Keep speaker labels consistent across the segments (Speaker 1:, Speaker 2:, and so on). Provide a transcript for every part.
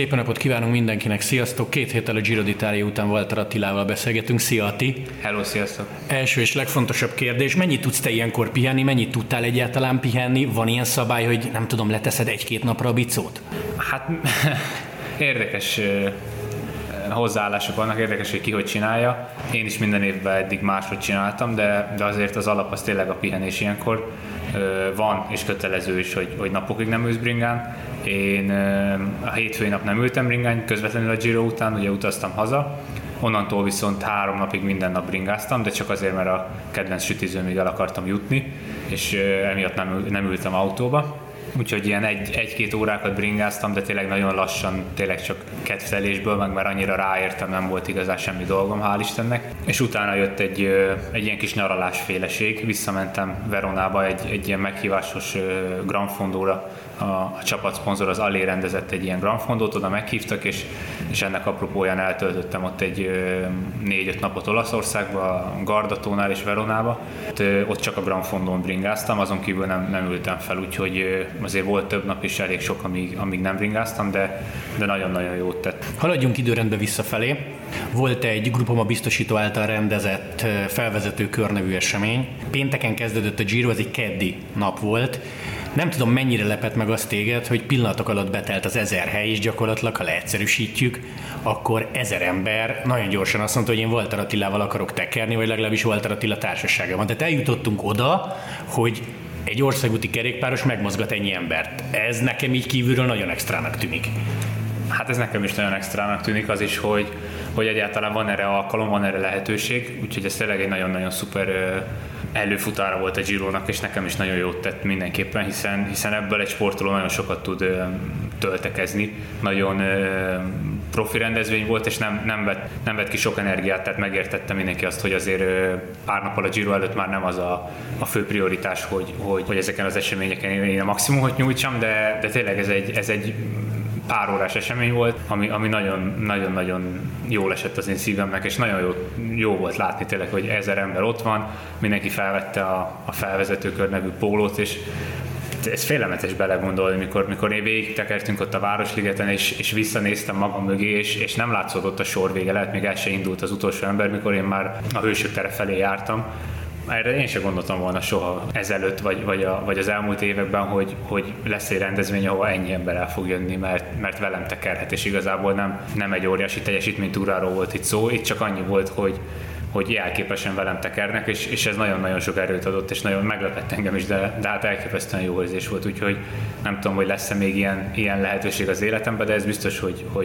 Speaker 1: Szép napot kívánunk mindenkinek, sziasztok! 2 héttel a Giro d'Italia után Walter Attilával beszélgetünk. Szia Atti!
Speaker 2: Hello, sziasztok!
Speaker 1: Első és legfontosabb kérdés, mennyit tudsz te ilyenkor pihenni, mennyit tudtál egyáltalán pihenni? Van ilyen szabály, hogy nem tudom, leteszed 1-2 napra a bicót?
Speaker 2: Hát érdekes hozzáállások vannak, érdekes, hogy ki hogy csinálja. Én is minden évben eddig máshogy csináltam, de azért az alap az tényleg a pihenés ilyenkor. Van és kötelező is, hogy napokig nem ülsz bringán. Én a hétfői nap nem ültem bringán, közvetlenül a Giro után, ugye utaztam haza. Onnantól viszont 3 napig minden nap bringáztam, de csak azért, mert a kedvenc sütizőmig el akartam jutni, és emiatt nem ültem autóba. Úgyhogy ilyen 1-2 órákat bringáztam, de tényleg nagyon lassan, tényleg csak kedvtelésből, meg már annyira ráértem, nem volt igazán semmi dolgom, hál' Istennek. És utána jött egy ilyen kis nyaralásféleség, visszamentem Veronába egy ilyen meghívásos Gran Fondóra, a csapatszponzor az Allé rendezett egy ilyen Gran Fondót, oda meghívtak, és ennek apropóján eltöltöttem ott egy 4-5 napot Olaszországba, Gardatónál és Veronába. Ott csak a Gran Fondón bringáztam, azon kívül nem ültem fel, úgyhogy azért volt több nap is, elég sok, amíg nem bringáztam, de nagyon-nagyon jót tett.
Speaker 1: Haladjunk időrendbe visszafelé. Volt egy Groupama biztosító által rendezett felvezető körnevű esemény. Pénteken kezdődött a Giro, ez egy keddi nap volt. Nem tudom, mennyire lepett meg azt téged, hogy pillanatok alatt betelt az 1000 hely, és gyakorlatilag, ha leegyszerűsítjük, akkor 1000 ember nagyon gyorsan azt mondta, hogy én Walter Attilával akarok tekerni, vagy legalábbis Walter Attila társaságában. Tehát eljutottunk oda, hogy egy országúti kerékpáros megmozgat ennyi embert. Ez nekem így kívülről nagyon extrának tűnik.
Speaker 2: Hát ez nekem is nagyon extrának tűnik, az is, hogy egyáltalán van erre alkalom, van erre lehetőség, úgyhogy ez tényleg egy nagyon-nagyon szuper előfutára volt a Girónak, és nekem is nagyon jót tett mindenképpen, hiszen ebből egy sportoló nagyon sokat tud töltekezni. Nagyon profi rendezvény volt, és nem vett ki sok energiát, tehát megértette mindenki azt, hogy azért pár nappal a Giro előtt már nem az a fő prioritás, hogy ezeken az eseményeken én a maximumot nyújtsam, de tényleg ez egy pár órás esemény volt, ami nagyon-nagyon jól esett az én szívemnek, és nagyon jó volt látni tényleg, hogy 1000 ember ott van, mindenki felvette a felvezetőkör nevű pólót, és ez félelmetes belegondolni, mikor én végig tekertünk ott a Városligeten, és visszanéztem magam mögé, és nem látszott ott a sor vége, lehet még el se indult az utolsó ember, mikor én már a Hősök tere felé jártam. Erre én sem gondoltam volna soha ezelőtt, vagy az elmúlt években, hogy lesz egy rendezvény, ahol ennyi ember el fog jönni, mert velem tekerhet, és igazából nem egy óriási teljesítménytúráról volt itt szó, itt csak annyi volt, hogy jelképesen velem tekernek, és ez nagyon-nagyon sok erőt adott, és nagyon meglepett engem is, de hát elképesztően jó érzés volt, úgyhogy nem tudom, hogy lesz-e még ilyen lehetőség az életemben, de ez biztos,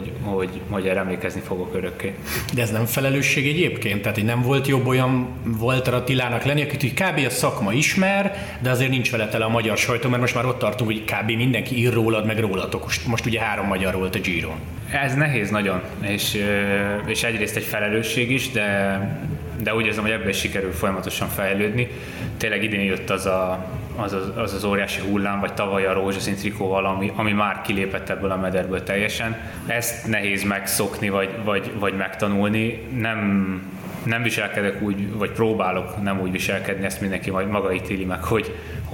Speaker 2: hogy erre emlékezni fogok örökké.
Speaker 1: De ez nem felelősség egyébként? Tehát, hogy nem volt jobb olyan Walter Attilának lenni, akit úgy kb. A szakma ismer, de azért nincs vele tele a magyar sajtó, mert most már ott tartunk, hogy kb. Mindenki ír rólad, meg rólatok. Most ugye 3 magyar volt a Giron.
Speaker 2: Ez nehéz nagyon, és egyrészt egy felelősség is, de úgy érzem, hogy ebben is sikerül folyamatosan fejlődni. Tényleg idén jött az óriási hullám, vagy tavaly a rózsaszín trikóval, ami már kilépett ebből a mederből teljesen. Ezt nehéz megszokni, vagy megtanulni. Nem viselkedek úgy, vagy próbálok nem úgy viselkedni, ezt mindenki majd maga ítéli meg, hogy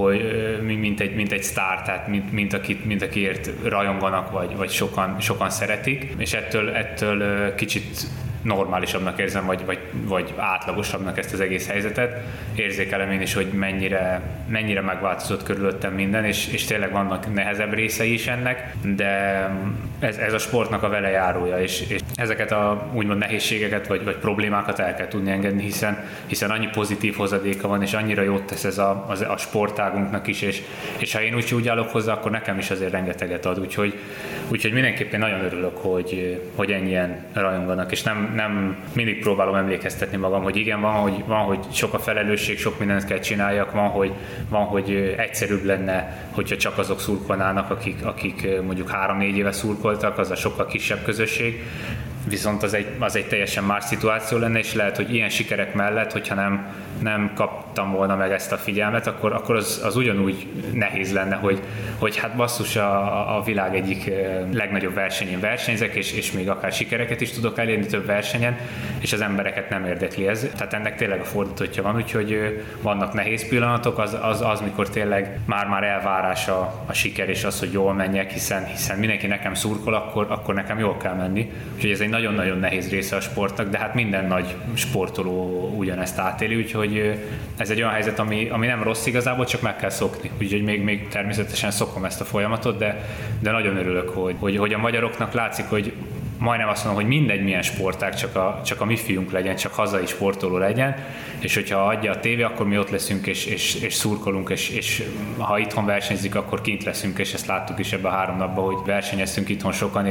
Speaker 2: mint egy sztár, tehát mint akiért rajonganak, vagy sokan szeretik, és ettől kicsit normálisabbnak érzem, vagy átlagosabbnak ezt az egész helyzetet. Érzékelem én is, hogy mennyire megváltozott körülöttem minden, és tényleg vannak nehezebb részei is ennek, de ez a sportnak a velejárója, és ezeket a úgymond nehézségeket, vagy problémákat el kell tudni engedni, hiszen annyi pozitív hozadéka van, és annyira jót tesz ez a sportágunknak is, és ha én úgy állok hozzá, akkor nekem is azért rengeteget ad, úgyhogy mindenképpen nagyon örülök, hogy ennyien rajonganak, és nem mindig próbálom emlékeztetni magam, hogy igen, van, hogy sok a felelősség, sok mindent kell csináljak, van, hogy egyszerűbb lenne, hogyha csak azok szurkolnának, akik mondjuk 3-4 éve szurkoltak, az a sokkal kisebb közösség, viszont az egy teljesen más szituáció lenne, és lehet, hogy ilyen sikerek mellett, hogyha nem kaptam volna meg ezt a figyelmet, akkor az ugyanúgy nehéz lenne, hogy hát basszus, a világ egyik legnagyobb versenyén versenyzek, és még akár sikereket is tudok elérni több versenyen, és az embereket nem érdekli ez. Tehát ennek tényleg a fordítottja van, úgyhogy vannak nehéz pillanatok, az mikor tényleg már elvárás a siker, és az, hogy jól menjek, hiszen mindenki nekem szurkol, akkor nekem jól kell menni. Úgyhogy ez egy nagyon-nagyon nehéz része a sportnak, de hát minden nagy sportoló ugyanezt átéli, úgyhogy ez egy olyan helyzet, ami nem rossz igazából, csak meg kell szokni. Úgyhogy még természetesen szokom ezt a folyamatot, de nagyon örülök, hogy a magyaroknak látszik, hogy majdnem azt mondom, hogy mindegy milyen sportág, csak a mi fiunk legyen, csak hazai sportoló legyen, és hogyha adja a tévé, akkor mi ott leszünk és szurkolunk, és ha itthon versenyzik, akkor kint leszünk, és ezt láttuk is ebben a 3 napban, hogy versenyeztünk itthon sokan,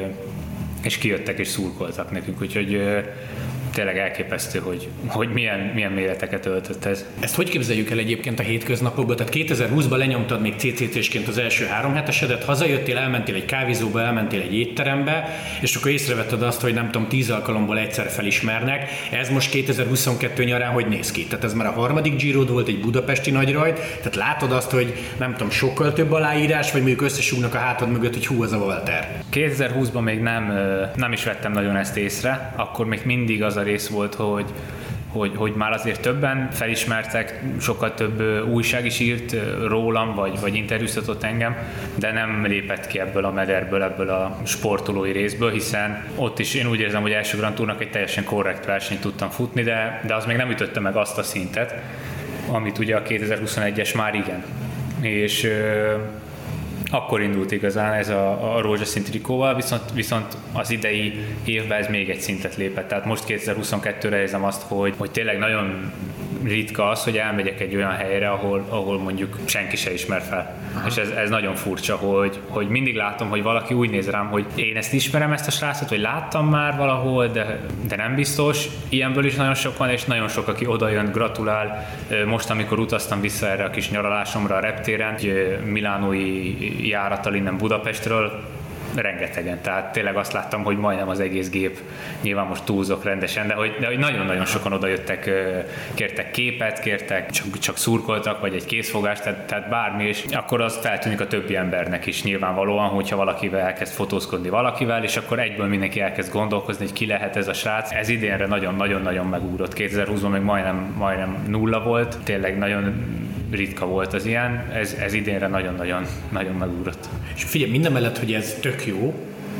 Speaker 2: és kijöttek és szurkoltak nekünk, úgyhogy tényleg elképesztő, hogy milyen méreteket öltött ez.
Speaker 1: Ezt hogy képzeljük el egyébként a hétköznapokban? Tehát 2020-ban lenyomtad még CCC-sként az első 3 hetesedet, hazajöttél, elmentél egy kávézóba, elmentél egy étterembe, és akkor észrevetted azt, hogy nem tudom, 10 alkalomból egyszer felismernek. Ez most 2022 nyarán hogy néz ki? Tehát ez már a 3. Girod volt, egy budapesti nagyrajt, tehát látod azt, hogy nem tudom, sokkal több aláírás, vagy mondjuk összesúgnak a hátad mögött, hogy hú, az a Walter.
Speaker 2: 2020-ban még nem is vettem nagyon ezt észre, akkor még mindig az a rész volt, hogy már azért többen felismertek, sokkal több újság is írt rólam, vagy interjúztatott engem, de nem lépett ki ebből a mederből, ebből a sportolói részből, hiszen ott is én úgy érzem, hogy első Grand Tournak egy teljesen korrekt versenyt tudtam futni, de az még nem ütötte meg azt a szintet, amit ugye a 2021-es már igen. És akkor indult igazán ez a rózsaszín trikóval, viszont az idei évben ez még egy szintet lépett. Tehát most 2022-re érzem azt, hogy tényleg nagyon ritka az, hogy elmegyek egy olyan helyre, ahol mondjuk senki se ismer fel. Aha. És ez nagyon furcsa, hogy mindig látom, hogy valaki úgy néz rám, hogy én ezt ismerem, ezt a srácot, vagy láttam már valahol, de nem biztos. Ilyenből is nagyon sok van, és nagyon sok, aki odajön, gratulál. Most, amikor utaztam vissza erre a kis nyaralásomra a reptéren, egy milánói járattal innen Budapestről, rengetegen. Tehát tényleg azt láttam, hogy majdnem az egész gép, nyilván most túlzok rendesen, de hogy nagyon-nagyon sokan odajöttek, kértek képet, kértek, csak szurkoltak, vagy egy készfogást, tehát bármi, és akkor az feltűnik a többi embernek is nyilvánvalóan, hogyha valakivel elkezd fotózkodni valakivel, és akkor egyből mindenki elkezd gondolkozni, hogy ki lehet ez a srác. Ez idénre nagyon-nagyon megugrott. 2020-ban még majdnem 0 volt, tényleg nagyon ritka volt az ilyen, ez idénre nagyon-nagyon megugrott.
Speaker 1: És figyelj, minden mellett, hogy ez tök jó,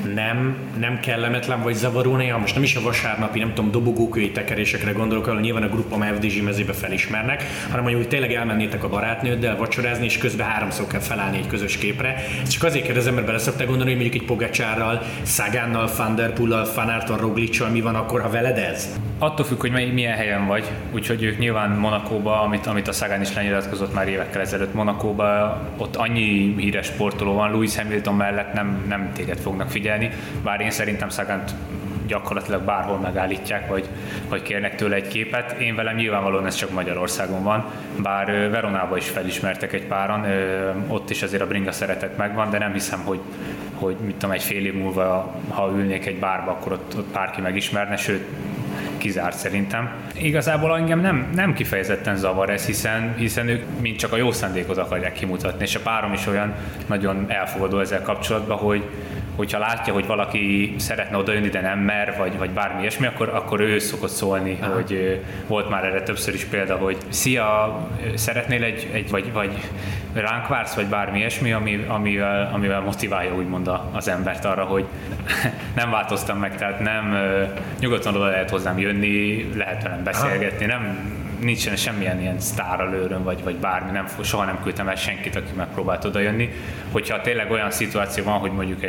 Speaker 1: nem kellemetlen vagy zavaró néha, most nem is a vasárnapi, nem tudom, dobogókői tekerésekre gondolok, ahol nyilván a Grupama FDZ mezébe felismernek, hanem mondjuk, hogy tényleg elmennétek a barátnőddel vacsorázni, és közben 3-szor kell felállni egy közös képre. Ezt csak azért kérdezem, mert bele szoktál gondolni, hogy mondjuk egy Pogačarral, Sagannal, Van der Poellal, Van Aerttel, Rogličsal mi van akkor, ha veled ez?
Speaker 2: Attól függ, hogy milyen helyen vagy, úgyhogy ők nyilván Monacóba, amit a Sagan is lenyilatkozott már évekkel ezelőtt Monacóba, ott annyi híres sportoló van, Lewis Hamilton mellett nem téged fognak figyelni, bár én szerintem Sagant gyakorlatilag bárhol megállítják, vagy kérnek tőle egy képet. Én velem nyilvánvalóan ez csak Magyarországon van, bár Veronában is felismertek egy páran, ott is azért a bringa szeretet megvan, de nem hiszem, hogy mit tudom, egy fél év múlva, ha ülnék egy bárba, akkor ott bárki megismerne, sőt, kizárt szerintem. Igazából engem nem kifejezetten zavar ez, hiszen ők mind csak a jó szándékot akarják kimutatni, és a párom is olyan nagyon elfogadó ezzel kapcsolatban, hogyha látja, hogy valaki szeretne odajönni, de nem mer, vagy bármi ilyesmi, akkor ő szokott szólni, hogy volt már erre többször is példa, hogy szia, szeretnél vagy ránk vársz, vagy bármi ilyesmi, amivel motiválja úgymond az embert arra, hogy nem változtam meg, tehát nyugodtan oda lehet hozzám jönni, lehet velem beszélgetni, nincsen semmilyen ilyen sztár a lőrön, vagy bármi, soha nem küldtem el senkit, aki megpróbált odajönni. Hogyha tényleg olyan szituáció van, hogy mondjuk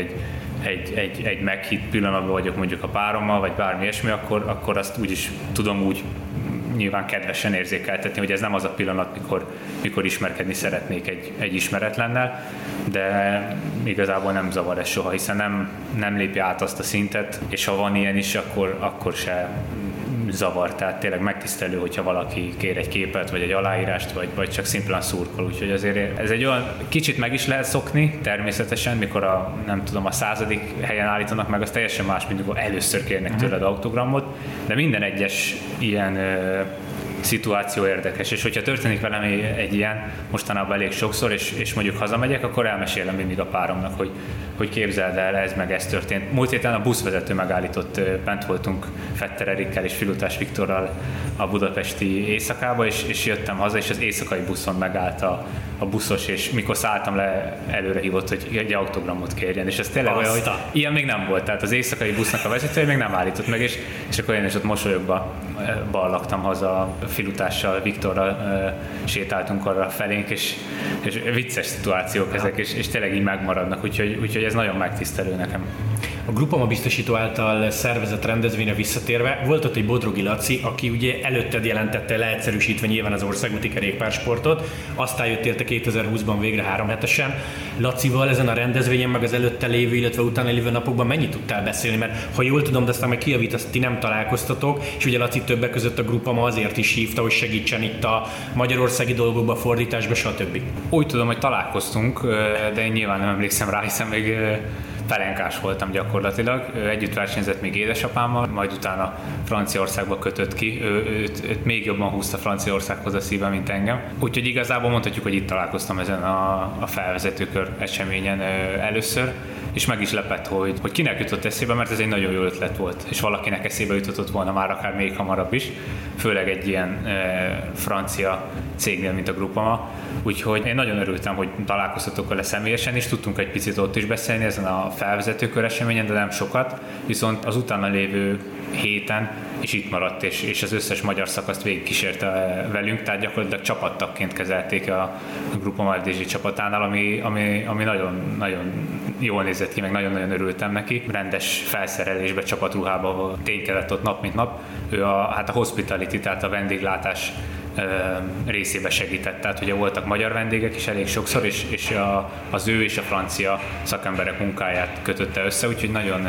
Speaker 2: egy meghitt pillanatban vagyok mondjuk a párommal, vagy bármi ilyesmi, akkor azt úgyis tudom úgy nyilván kedvesen érzékeltetni, hogy ez nem az a pillanat, mikor ismerkedni szeretnék egy ismeretlennel, de igazából nem zavar ez soha, hiszen nem lépje át azt a szintet, és ha van ilyen is, akkor se zavar, tehát tényleg megtisztelő, hogyha valaki kér egy képet, vagy egy aláírást, vagy csak szimplán szurkol, úgyhogy azért ez egy olyan, kicsit meg is lehet szokni, természetesen, mikor a 100. helyen állítanak meg, az teljesen más, mint amikor először kérnek tőled autogramot, de minden egyes ilyen szituáció érdekes, és hogyha történik velem egy ilyen, mostanában elég sokszor, és mondjuk hazamegyek, akkor elmesélem mindig a páromnak, hogy képzeld el, ez történt. Múlt héten a buszvezető megállított, bent voltunk Fetter Erikkel és Filutás Viktorral a budapesti éjszakába, és jöttem haza, és az éjszakai buszon megállt a buszos, és mikor szálltam le, előre hívott, hogy egy autogramot kérjen, és ez tényleg olyan, hogy ilyen még nem volt, tehát az éjszakai busznak a vezetője még nem állított meg, és akkor én is ott mosolyogva ballagtam haza, Filutással, Viktorral sétáltunk arra felénk, és vicces szituációk ezek, és tényleg így megmaradnak, úgyhogy ez nagyon megtisztelő nekem.
Speaker 1: A Groupama biztosító által szervezett rendezvényre visszatérve, volt ott egy Bodrogi Laci, aki ugye előtted jelentette leegyszerűsítve nyilván az országúti kerékpársportot, aztán jött érte 2020-ban végre 3 hetesen. Lacival ezen a rendezvényen, meg az előtte lévő, illetve utána lévő napokban mennyit tudtál beszélni? Mert ha jól tudom, de aztán meg kijavítasz, ti nem találkoztatok, és ugye Laci többek között a Groupama azért is hívta, hogy segítsen itt a magyarországi dolgokba, fordításba, stb.
Speaker 2: Úgy tudom, hogy találkoztunk, de én nyilván nem emlékszem rá, hiszen még pelenkás voltam gyakorlatilag. Együtt versenyzett még édesapámmal, majd utána Franciaországba kötött ki. Őt még jobban húzta Franciaországhoz a szíve, mint engem. Úgyhogy igazából mondhatjuk, hogy itt találkoztam ezen a felvezetőkör eseményen először, és meg is lepett, hogy kinek jutott eszébe, mert ez egy nagyon jó ötlet volt, és valakinek eszébe jutott volna már akár még hamarabb is, főleg egy ilyen francia cégnél, mint a Groupama. Úgyhogy én nagyon örültem, hogy találkoztatok vele személyesen is, tudtunk egy picit ott is beszélni ezen a felvezetőkör eseményen, de nem sokat, viszont az utána lévő héten is itt maradt, és az összes magyar szakaszt végigkísérte velünk, tehát gyakorlatilag csapattagként kezelték a Groupama FDZ csapatánál, ami nagyon, nagyon jól nézett ki, meg nagyon-nagyon örültem neki. Rendes felszerelésbe, csapatruhába ténykedett ott nap mint nap. Ő a hospitality, tehát a vendéglátás részébe segített, tehát ugye voltak magyar vendégek is elég sokszor, és az ő és a francia szakemberek munkáját kötötte össze, úgyhogy nagyon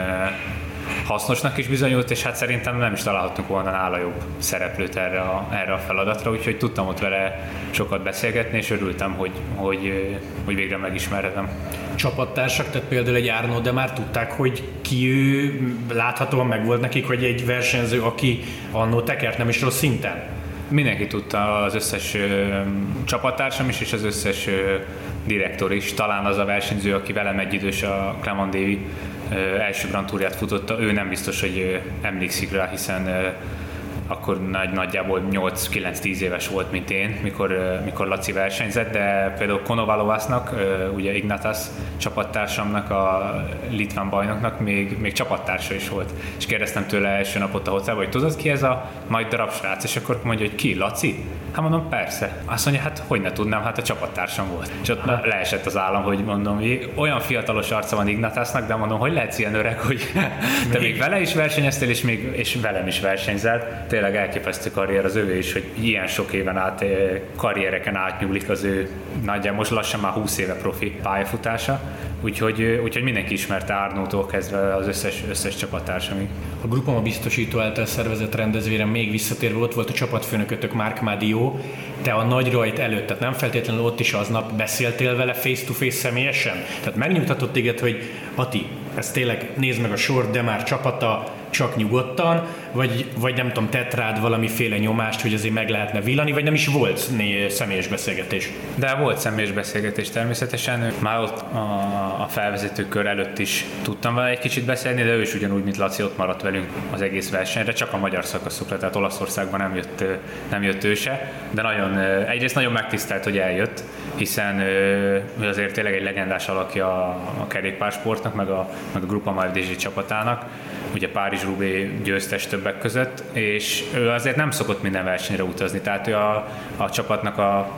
Speaker 2: hasznosnak is bizonyult, és hát szerintem nem is találhattunk volna nála jobb szereplőt erre a feladatra, úgyhogy tudtam ott vele sokat beszélgetni, és örültem, hogy végre megismerhetem.
Speaker 1: Csapattársak, tehát például egy Arnaud, de már tudták, hogy ki ő, láthatóan megvolt nekik, hogy egy versenyző, aki annó tekert nem is rossz szinten?
Speaker 2: Mindenki tudta, az összes csapattársam is, és az összes direktor is. Talán az a versenyző, aki velem egyidős, a Clement Davy első Grand Tourját futotta, ő nem biztos, hogy emlékszik rá, hiszen akkor nagyjából 8-9-10 éves volt, mint én, mikor Laci versenyzett, de például Konovalovasnak, ugye Ignatas csapattársamnak, a litván bajnoknak még csapattársa is volt. És kérdeztem tőle első napot a hotelba, hogy tudod ki ez a nagy darab srác? És akkor mondja, hogy ki, Laci? Hát mondom, persze. Azt mondja, hát hogy ne tudnám, hát a csapattársam volt. És ott leesett az állam, hogy mondom, olyan fiatalos arca van Ignatasnak, de mondom, hogy lehetsz ilyen öreg, hogy te még vele is versenyeztél, és velem is versenyzel. Tényleg elképesztő karrier az övé is, hogy ilyen sok éven át karriereken átnyúlik az ő nagyjából most lassan már 20 éve profi pályafutása, úgyhogy mindenki ismerte Arnaudtól kezdve az összes csapattársamig.
Speaker 1: A Groupama biztosító által szervezett rendezvényre még visszatérve ott volt a csapatfőnökötök Marc Madiot, te a nagy rajt előtt, tehát nem feltétlenül ott is aznap beszéltél vele face-to-face személyesen? Tehát megnyugtatott téged, hogy Ati, ez tényleg nézd meg a sort, de már csapata, csak nyugodtan, vagy nem tudom, tett rád valamiféle nyomást, hogy azért meg lehetne villani, vagy nem is volt személyes beszélgetés?
Speaker 2: De volt személyes beszélgetés természetesen. Már ott a felvezetőkör előtt is tudtam vele egy kicsit beszélni, de ő is ugyanúgy, mint Laci, ott maradt velünk az egész versenyre, csak a magyar szakaszokra, tehát Olaszországban nem jött ő se, de egyrészt nagyon megtisztelt, hogy eljött, hiszen ő azért tényleg egy legendás alakja a kerékpársportnak, meg a Groupama FDZ csapatának, ugye Párizs-Roubaix győztes többek között, és ő azért nem szokott minden versenyre utazni, tehát ő a csapatnak a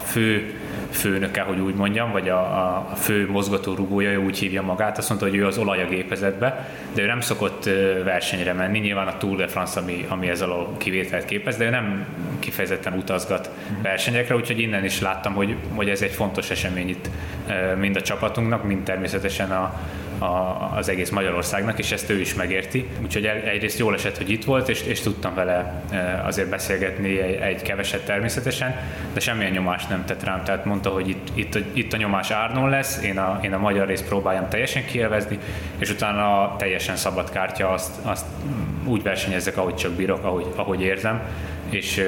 Speaker 2: főnöke, hogy úgy mondjam, vagy a fő mozgató rugója, ő úgy hívja magát, azt mondta, hogy ő az olaj a gépezetbe, de ő nem szokott versenyre menni, nyilván a Tour de France, ami ez alól kivételt képez, de ő nem kifejezetten utazgat versenyekre, úgyhogy innen is láttam, hogy ez egy fontos esemény itt mind a csapatunknak, mind természetesen az egész Magyarországnak, és ezt ő is megérti. Úgyhogy egyrészt jól esett, hogy itt volt, és tudtam vele azért beszélgetni egy keveset természetesen, de semmilyen nyomást nem tett rám. Tehát mondta, hogy itt a nyomás Árnon lesz, én a magyar részt próbáljam teljesen kielvezni, és utána teljesen szabad kártya, azt úgy versenyezzek, ahogy csak bírok, ahogy érzem. És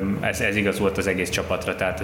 Speaker 2: ez igaz volt az egész csapatra, tehát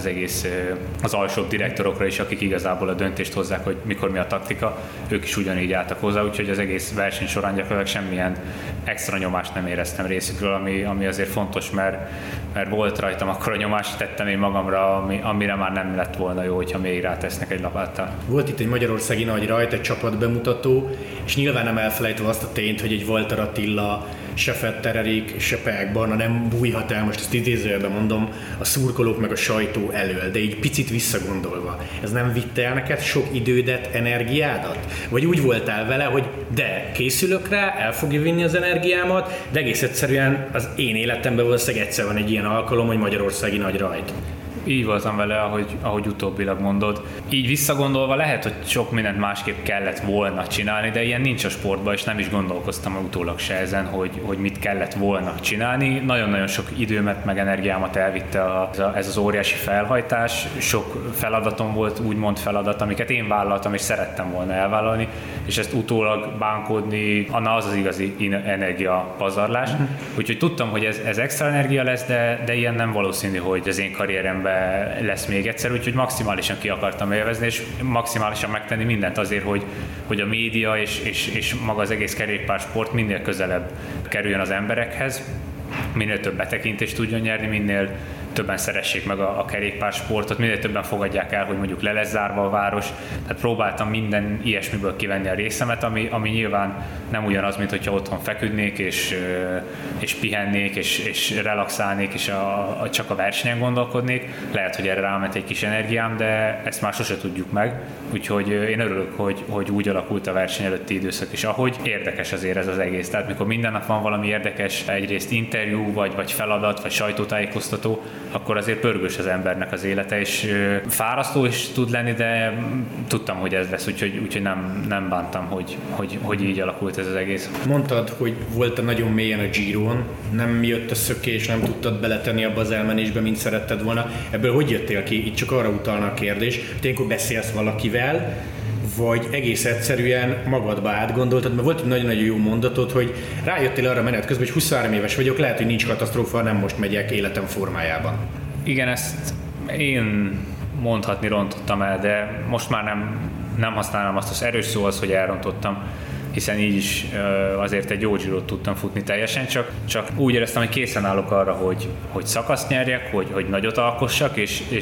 Speaker 2: az alsóbb direktorokra is, akik igazából a döntést hozzák, hogy mikor mi a taktika, ők is ugyanígy álltak hozzá, úgyhogy az egész verseny során gyakorlatilag semmilyen extra nyomást nem éreztem részükről, ami azért fontos, mert volt rajtam akkor a nyomást, tettem én magamra, amire már nem lett volna jó, hogyha még rátesznek egy lapáttal.
Speaker 1: Volt itt egy magyarországi nagy rajt, egy csapatbemutató, és nyilván nem elfelejtve azt a tényt, hogy egy Walter Attila, se Fetter Erik, se Peák Barna nem bújhat el, most ezt idézőjelben mondom, a szurkolók meg a sajtó elől, de így picit visszagondolva. Ez nem vitte el neked sok idődet, energiádat? Vagy úgy voltál vele, hogy de, készülök rá, el fogja vinni az energiámat, de egész egyszerűen az én életemben valószínűleg egyszer van egy ilyen alkalom, hogy magyarországi nagy rajt.
Speaker 2: Így voltam vele, ahogy utóbbilag mondod. Így visszagondolva lehet, hogy sok mindent másképp kellett volna csinálni, de ilyen nincs a sportban, és nem is gondolkoztam utólag se ezen, hogy mit kellett volna csinálni. Nagyon-nagyon sok időmet meg energiámat elvitte ez az óriási felhajtás. Sok feladatom volt, úgymond feladat, amiket én vállaltam, és szerettem volna elvállalni, és ezt utólag bánkódni, az igazi energiapazarlás. Úgyhogy tudtam, hogy ez extra energia lesz, de ilyen nem valószínű, hogy az én karrieremben lesz még egyszer, úgyhogy maximálisan ki akartam élvezni, és maximálisan megtenni mindent azért, hogy a média és maga az egész kerékpársport minél közelebb kerüljön az emberekhez, minél több betekintést tudjon nyerni, minél többen szeressék meg a kerékpársportot, minél többen fogadják el, hogy mondjuk le lesz zárva a város. Tehát próbáltam minden ilyesmiből kivenni a részemet, ami nyilván nem ugyanaz, mint hogyha otthon feküdnék, és pihennék, és relaxálnék, és csak a versenyen gondolkodnék. Lehet, hogy erre ráment egy kis energiám, de ezt már sose tudjuk meg. Úgyhogy én örülök, hogy úgy alakult a verseny előtti időszak is, ahogy érdekes azért ez az egész. Tehát mikor minden nap van valami érdekes, egyrészt interjú, vagy feladat, vagy sajtótájékoztató, akkor azért pörgős az embernek az élete, és fárasztó is tud lenni, de tudtam, hogy ez lesz, úgyhogy nem bántam, hogy így alakult ez az egész.
Speaker 1: Mondtad, hogy voltál nagyon mélyen a Giron, nem jött a szökés, nem tudtad beletenni abba az elmenésbe, mint szeretted volna. Ebből hogy jöttél ki? Itt csak arra utalna a kérdés, hogy ilyenkor beszélsz valakivel, vagy egész egyszerűen magadba átgondoltad, mert volt egy nagyon-nagyon jó mondatod, hogy rájöttél arra menet közben, hogy 23 éves vagyok, lehet, hogy nincs katasztrófa, nem most megyek életem formájában.
Speaker 2: Igen, ezt én mondhatni rontottam el, de most már nem használom azt az erős szó, hogy elrontottam, hiszen így is azért egy jó Girot tudtam futni teljesen, csak úgy éreztem, hogy készen állok arra, hogy szakaszt nyerjek, hogy nagyot alkossak,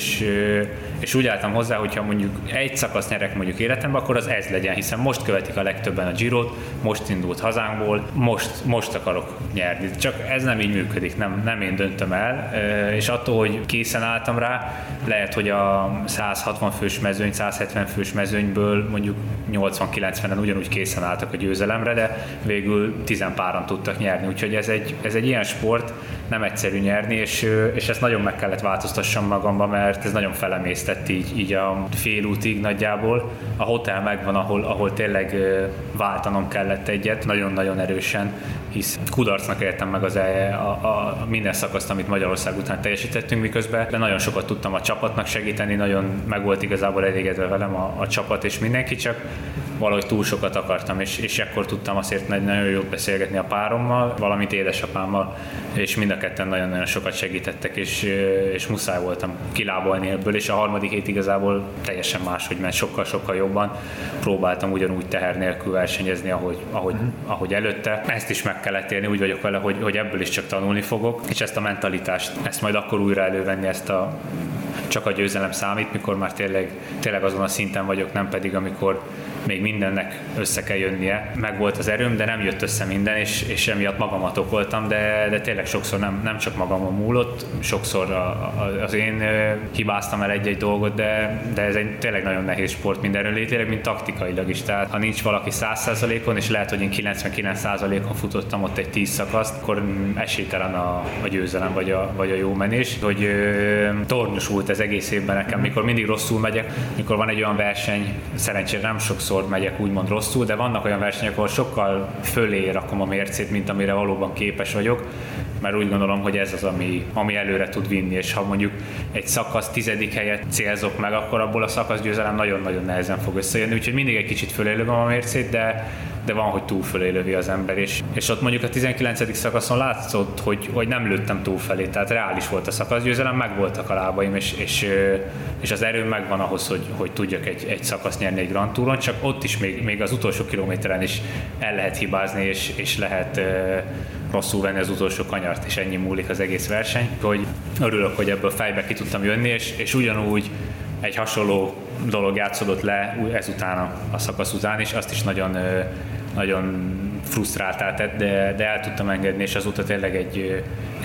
Speaker 2: és úgy álltam hozzá, hogyha mondjuk egy szakaszt nyerek mondjuk életemben, akkor az ez legyen, hiszen most követik a legtöbben a Girot, most indult hazánkból, most akarok nyerni. Csak ez nem így működik, nem én döntöm el, és attól, hogy készen álltam rá, lehet, hogy a 160 fős mezőny, 170 fős mezőnyből mondjuk 80-90-en ugyanúgy készen álltak a győzelemre, de végül 10 páran tudtak nyerni, úgyhogy ez egy ilyen sport, nem egyszerű nyerni, és ezt nagyon meg kellett változtassam magamba, mert ez nagyon felemésztett így a félútig nagyjából. A hotel megvan, ahol tényleg váltanom kellett egyet, nagyon-nagyon erősen, hisz kudarcnak éltem meg a minden szakaszt, amit Magyarország után teljesítettünk miközben, de nagyon sokat tudtam a csapatnak segíteni, nagyon meg volt igazából elégedve velem a csapat és mindenki, csak valahogy túl sokat akartam, és ekkor tudtam azért nagyon jót beszélgetni a párommal, valamint édesapámmal, és mind a ketten nagyon-nagyon sokat segítettek, és muszáj voltam kilábalni ebből, és a harmadik hét igazából teljesen máshogy ment, sokkal-sokkal jobban. Próbáltam ugyanúgy teher nélkül versenyezni, ahogy előtte. Ezt is meg kellett élni, úgy vagyok vele, hogy ebből is csak tanulni fogok, és ezt a mentalitást, ezt majd akkor újra elővenni, csak a győzelem számít, mikor már tényleg azon a szinten vagyok, nem pedig amikor még mindennek össze kell jönnie. Meg volt az erőm, de nem jött össze minden, és emiatt magamat okoltam, de tényleg sokszor nem csak magamon múlott, sokszor az én hibáztam el egy-egy dolgot, de ez egy tényleg nagyon nehéz sport mindenről, tényleg, mint taktikailag is. Tehát ha nincs valaki 100%-on, és lehet, hogy én 99%-on futottam ott egy 10 szakaszt, akkor esélytelen a győzelem, vagy a jó menés. Hogy tornyos volt ez egész évben nekem, mikor mindig rosszul megyek, mikor van egy olyan verseny, szerencsére nem sokszor sokszor megyek úgymond rosszul, de vannak olyan versenyek, ahol sokkal fölé rakom a mércét, mint amire valóban képes vagyok, mert úgy gondolom, hogy ez az, ami előre tud vinni, és ha mondjuk egy szakasz 10. helyet célzok meg, akkor abból a szakaszgyőzelem nagyon-nagyon nehezen fog összejönni, úgyhogy mindig egy kicsit fölélövöm a mércét, de van, hogy túl fölélövi az ember, és ott mondjuk a 19. szakaszon látszott, hogy nem lőttem túl felé, tehát reális volt a szakaszgyőzelem, meg voltak a lábaim, és az erőm megvan ahhoz, hogy tudjak egy szakaszt nyerni egy Grand Touron, csak ott is még az utolsó kilométeren is el lehet hibázni, és lehet rosszul venni az utolsó kanyart, és ennyi múlik az egész verseny, hogy örülök, hogy ebből fejbe ki tudtam jönni, és ugyanúgy egy hasonló dolog játszódott le ezután a szakasz után is, azt is nagyon frusztráltál tett, de el tudtam engedni, és azóta tényleg egy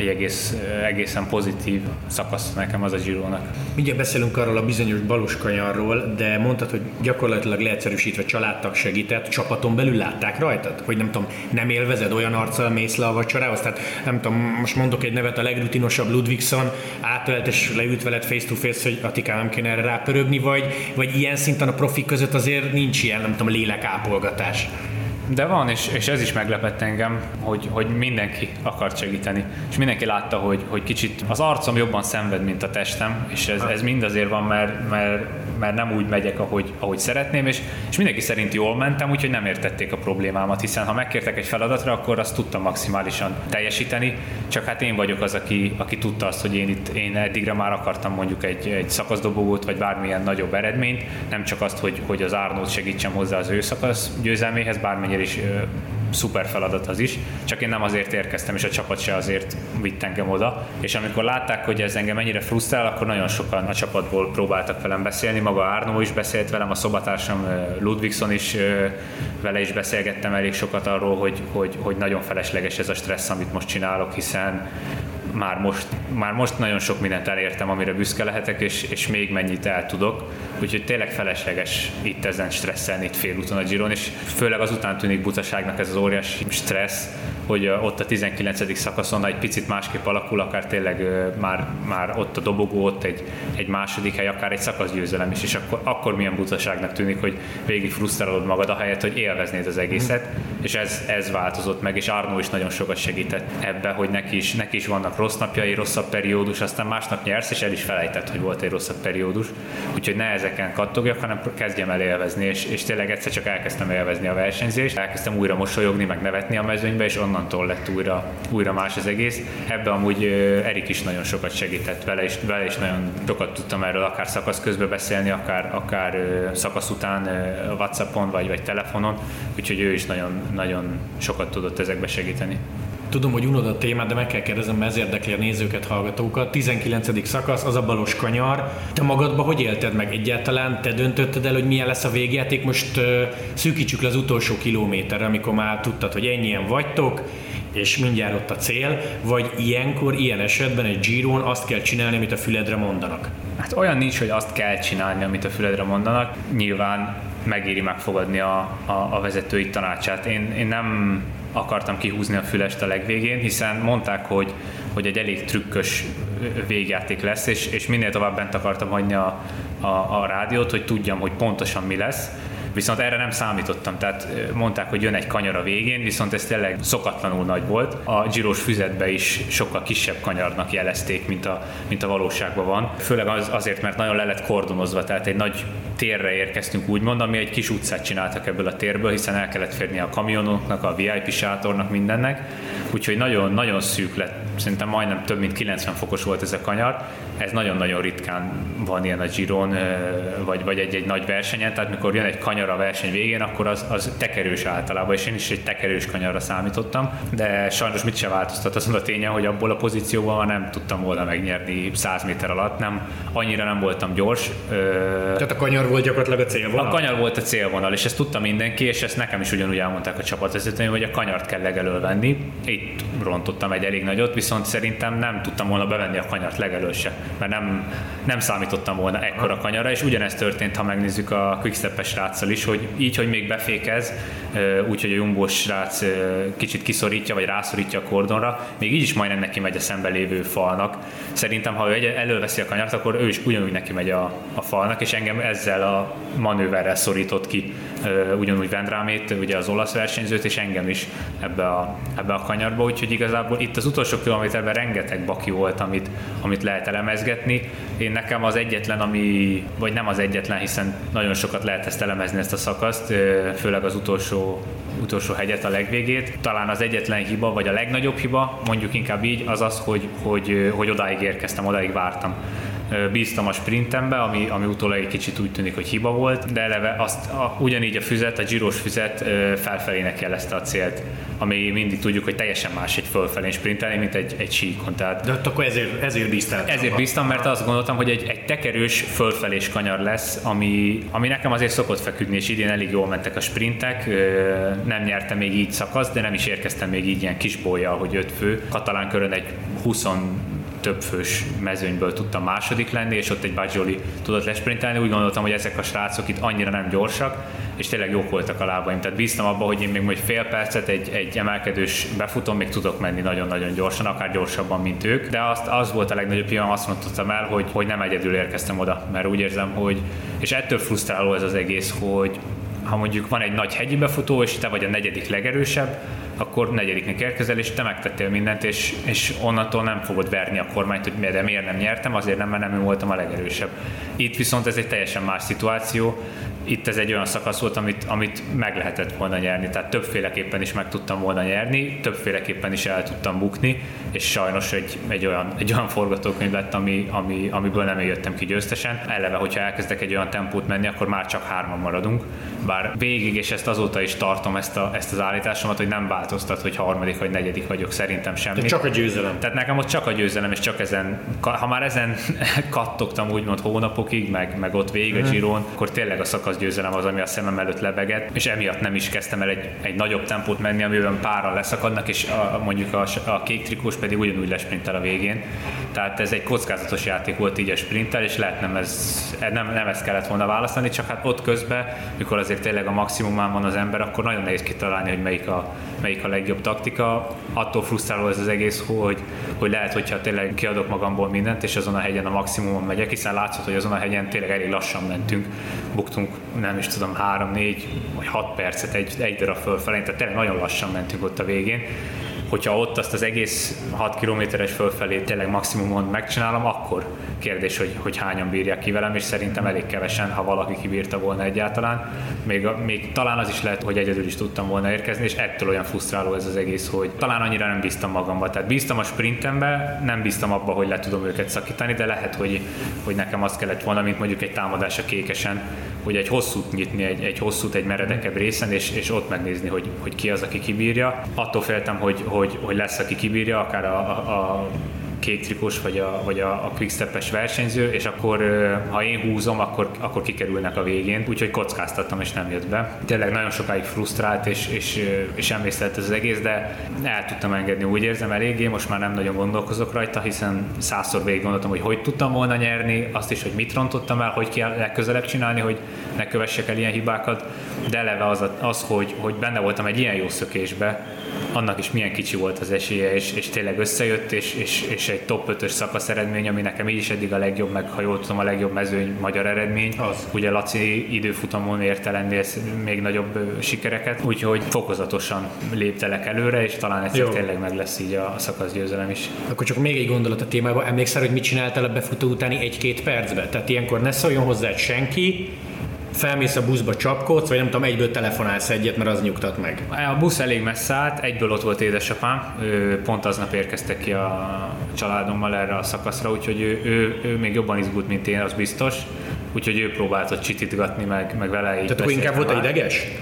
Speaker 2: egészen pozitív szakasz nekem az a Girónak.
Speaker 1: Mindjárt beszélünk arról a bizonyos balos kanyarról, de mondtad, hogy gyakorlatilag leegyszerűsítve családtag segített, csapaton belül látták rajtad? Hogy nem tudom, nem élvezed, olyan arccal mész le a vacsorához? Tehát nem tudom, most mondok egy nevet, a legrutinosabb Ludvigson átölt és leült veled face to face, hogy Attikám, nem kéne erre rápörögni, vagy ilyen szinten a profik között azért nincs ilyen, nem tudom, lélekápolgatás.
Speaker 2: De van, és ez is meglepett engem, hogy mindenki akart segíteni. És mindenki látta, hogy kicsit az arcom jobban szenved, mint a testem, és ez mind azért van, mert nem úgy megyek, ahogy szeretném, és mindenki szerint jól mentem, úgyhogy nem értették a problémámat, hiszen ha megkértek egy feladatra, akkor azt tudtam maximálisan teljesíteni, csak hát én vagyok az, aki tudta azt, hogy én eddigre már akartam mondjuk egy szakaszdobogót, vagy bármilyen nagyobb eredményt, nem csak azt, hogy az Arnaud segítsem hozzá az ő szakasz győzelméhez, bármennyire is szuper feladat az is, csak én nem azért érkeztem, és a csapat se azért vitt engem oda. És amikor látták, hogy ez engem mennyire frusztrál, akkor nagyon sokan a csapatból próbáltak velem beszélni, maga Arnaud is beszélt velem, a szobatársam Ludvigson is, vele is beszélgettem elég sokat arról, hogy nagyon felesleges ez a stressz, amit most csinálok, hiszen már most nagyon sok mindent elértem, amire büszke lehetek, és még mennyit el tudok. Úgyhogy tényleg felesleges itt ezen stresszelni itt félúton a Giron, és főleg azután tűnik butaságnak ez az óriási stressz, hogy ott a 19. szakaszon egy picit másképp alakul, akár tényleg már ott a dobogó, ott egy második hely, akár egy szakaszgyőzelem is, és akkor milyen butaságnak tűnik, hogy végig frusztrálod magad ahelyett, hogy élveznéd az egészet, és ez változott meg, és Arnaud is nagyon sokat segített ebbe, hogy neki is vannak rossz napjai, rosszabb periódus, aztán másnap nyersz, és el is felejtett, hogy volt egy rosszabb periódus, úgyhogy ne ezeken kattogjak, hanem kezdjem el élvezni, és tényleg egyszer csak elkezdtem élvezni a versenyzést, elkezdtem újra mosolyogni, meg nevetni a mezőnybe, és onnantól lett újra más az egész. Ebben amúgy Erik is nagyon sokat segített, vele is nagyon sokat tudtam erről, akár szakasz közben beszélni, akár szakasz után WhatsAppon vagy telefonon, úgyhogy ő is nagyon, nagyon sokat tudott ezekbe segíteni.
Speaker 1: Tudom, hogy unod a témát, de meg kell kérdezem, mert ez érdekli a nézőket, hallgatókat. 19. szakasz, az a balos kanyar. Te magadba hogy élted meg egyáltalán? Te döntötted el, hogy milyen lesz a végjáték? Most szűkítsük le az utolsó kilométerre, amikor már tudtad, hogy ennyien vagytok, és mindjárt ott a cél, vagy ilyenkor, ilyen esetben egy Giron azt kell csinálni, amit a füledre mondanak?
Speaker 2: Hát olyan nincs, hogy azt kell csinálni, amit a füledre mondanak. Nyilván megéri megfogadni a vezetői tanácsát. Én nem akartam kihúzni a fülest a legvégén, hiszen mondták, hogy egy elég trükkös végjáték lesz, és minél tovább bent akartam hagyni a rádiót, hogy tudjam, hogy pontosan mi lesz. Viszont erre nem számítottam, tehát mondták, hogy jön egy kanyar a végén, viszont ez tényleg szokatlanul nagy volt. A Giros füzetbe is sokkal kisebb kanyarnak jelezték, mint a valóságban van. Főleg azért, mert nagyon le lett kordonozva, tehát egy nagy térre érkeztünk úgymond, ami egy kis utcát csináltak ebből a térből, hiszen el kellett férni a kamionoknak, a VIP sátornak, mindennek. Úgyhogy nagyon, nagyon szűk lett, szerintem majdnem több mint 90 fokos volt ez a kanyar. Ez nagyon-nagyon ritkán van ilyen a Giron, vagy egy nagy versenyen, tehát mikor jön egy kanyar a verseny végén, akkor az tekerős általában, és én is egy tekerős kanyarra számítottam, de sajnos mit sem változtat azon a tényen, hogy abból a pozícióban nem tudtam volna megnyerni 100 méter alatt, annyira nem voltam gyors.
Speaker 1: Tehát a kanyar volt gyakorlatilag a célvonal?
Speaker 2: A kanyar volt a célvonal, és ezt tudta mindenki, és ezt nekem is ugyanúgy elmondták a csapatvezetőim, hogy a kanyart kell legelől venni. itt rontottam egy elég nagyot, viszont szerintem nem tudtam volna bevenni a kanyart legelől se, mert nem számítottam volna ekkora kanyarra, és ugyanezt történt, ha megnézzük a Quickstep-es sráccal is, hogy így, hogy még befékez, úgyhogy a Jumbo-s srác kicsit kiszorítja, vagy rászorítja a kordonra, még így is majdnem neki megy a szembe lévő falnak. Szerintem, ha ő előveszi a kanyart, akkor ő is ugyanúgy neki megy a falnak, és engem ezzel a manőverrel szorított ki, ugyanúgy Vendrámét, ugye az olasz versenyzőt, és engem is ebbe a kanyarba, úgyhogy igazából itt az utolsó kilométerben rengeteg baki volt, amit lehet elemezgetni. Én nekem az egyetlen, vagy nem az egyetlen, hiszen nagyon sokat lehet ezt elemezni, ezt a szakaszt, főleg az utolsó hegyet, a legvégét. Talán az egyetlen hiba, vagy a legnagyobb hiba, mondjuk inkább így, az az, hogy odáig érkeztem, odáig vártam. Bíztam a sprintembe, ami utólag egy kicsit úgy tűnik, hogy hiba volt, de eleve ugyanígy a füzet, a Giros füzet felfelének jelezte a célt, ami mindig tudjuk, hogy teljesen más egy fölfelén sprintelni, mint egy síkon. Tehát
Speaker 1: de akkor ezért bíztál?
Speaker 2: Ezért bíztam, mert azt gondoltam, hogy egy tekerős fölfelés kanyar lesz, ami nekem azért szokott feküdni, és idén elég jól mentek a sprintek, nem nyertem még így szakaszt, de nem is érkeztem még így ilyen kis bóllyal, hogy 5 fő. Katalán körön egy 20 több fős mezőnyből tudtam második lenni, és ott egy Baggioli tudott lesprintelni. Úgy gondoltam, hogy ezek a srácok itt annyira nem gyorsak, és tényleg jók voltak a lábaim. Tehát bíztam abba, hogy én még majd fél percet egy emelkedős befutom, még tudok menni nagyon-nagyon gyorsan, akár gyorsabban, mint ők. De az volt a legnagyobb hiba, azt mondtam el, hogy nem egyedül érkeztem oda, mert úgy érzem, hogy, és ettől frusztráló ez az egész, hogy ha mondjuk van egy nagy hegyi befutó, és te vagy a negyedik legerősebb, akkor negyediknek érkezel, és te megtettél mindent, és onnantól nem fogod verni a kormányt, hogy miért nem nyertem, azért nem, mert nem voltam a legerősebb. Itt viszont ez egy teljesen más szituáció, itt ez egy olyan szakasz volt, amit meg lehetett volna nyerni, tehát többféleképpen is meg tudtam volna nyerni, többféleképpen is el tudtam bukni, és sajnos egy olyan forgatókönyv lett, amiből nem jöttem ki győztesen. Eleve, hogyha elkezdek egy olyan tempót menni, akkor már csak 3-an maradunk, bár végig, és ezt azóta is tartom ezt az állításomat, hogy nem változtat, hogy harmadik vagy negyedik vagyok, szerintem semmi.
Speaker 1: Csak a győzelem.
Speaker 2: Tehát nekem ott csak a győzelem, és csak ha már ezen kattogtam úgymond hónapokig, meg ott végig a Giron, akkor tényleg a szakaszgyőzelem az, ami a szemem előtt lebegett, és emiatt nem is kezdtem el egy nagyobb tempót menni, amiben páran leszakadnak, és mondjuk a kék trikós pedig ugyanúgy lesprintel a végén. Tehát ez egy kockázatos játék volt így a sprinttel, és lehet nem ezt kellett volna választani, csak hát ott közben, mikor azért tényleg a maximumán van az ember, akkor nagyon nehéz kitalálni, hogy melyik a legjobb taktika. Attól frusztráló ez az egész, hogy lehet, hogyha tényleg kiadok magamból mindent, és azon a hegyen a maximumon megyek, hiszen látszott, hogy azon a hegyen tényleg elég lassan mentünk. Buktunk, nem is tudom, 3-4 vagy 6 percet egy darab fölfelé, tehát tényleg nagyon lassan mentünk ott a végén. Hogyha ott azt az egész 6 kilométeres fölfelé tényleg maximumon megcsinálom, akkor kérdés, hogy hányan bírják ki velem, és szerintem elég kevesen, ha valaki kibírta volna egyáltalán. Még talán az is lehet, hogy egyedül is tudtam volna érkezni, és ettől olyan frusztráló ez az egész, hogy talán annyira nem bíztam magamba. Tehát bíztam a sprintembe, nem bíztam abba, hogy le tudom őket szakítani, de lehet, hogy nekem azt kellett volna, mint mondjuk egy támadás a kékesen, hogy egy hosszút nyitni, egy hosszút egy meredekebb részen, és ott megnézni, hogy ki az, aki kibírja. Attól féltem, hogy lesz, aki kibírja, akár a kék trikós vagy a quickstep-es versenyző, és akkor ha én húzom, akkor kikerülnek a végén. Úgyhogy kockáztattam, és nem jött be. Tényleg nagyon sokáig frusztrált, és emésztelt ez az egész, de el tudtam engedni, úgy érzem eléggé, most már nem nagyon gondolkozok rajta, hiszen 100-szor végig gondoltam, hogy tudtam volna nyerni, azt is, hogy mit rontottam el, hogy kell legközelebb csinálni, hogy ne kövessek el ilyen hibákat, de eleve az hogy benne voltam egy ilyen jó szökésbe, annak is milyen kicsi volt az esélye, és tényleg összejött, és egy top 5-ös szakasz eredmény, ami nekem így is eddig a legjobb, meg ha jól tudom, a legjobb mezőny magyar eredmény. Az. Ugye Laci időfutamon érte lenni még nagyobb sikereket, úgyhogy fokozatosan léptelek előre, és talán egyszer tényleg meg lesz így a szakaszgyőzelem is.
Speaker 1: Akkor csak még egy gondolat a témában, emlékszel, hogy mit csináltál a befutó utáni 1-2 percben? Tehát ilyenkor ne szóljon hozzá senki, felmész a buszba, csapkodsz, vagy nem tudom, egyből telefonálsz egyet, mert az nyugtat meg.
Speaker 2: A busz elég messze állt, egyből ott volt édesapám, pont aznap érkeztek ki a családommal erre a szakaszra, úgyhogy ő még jobban izgult, mint én, az biztos. Úgyhogy ő próbált ott csitítgatni, meg vele így.
Speaker 1: Tehát akkor inkább volt ideges?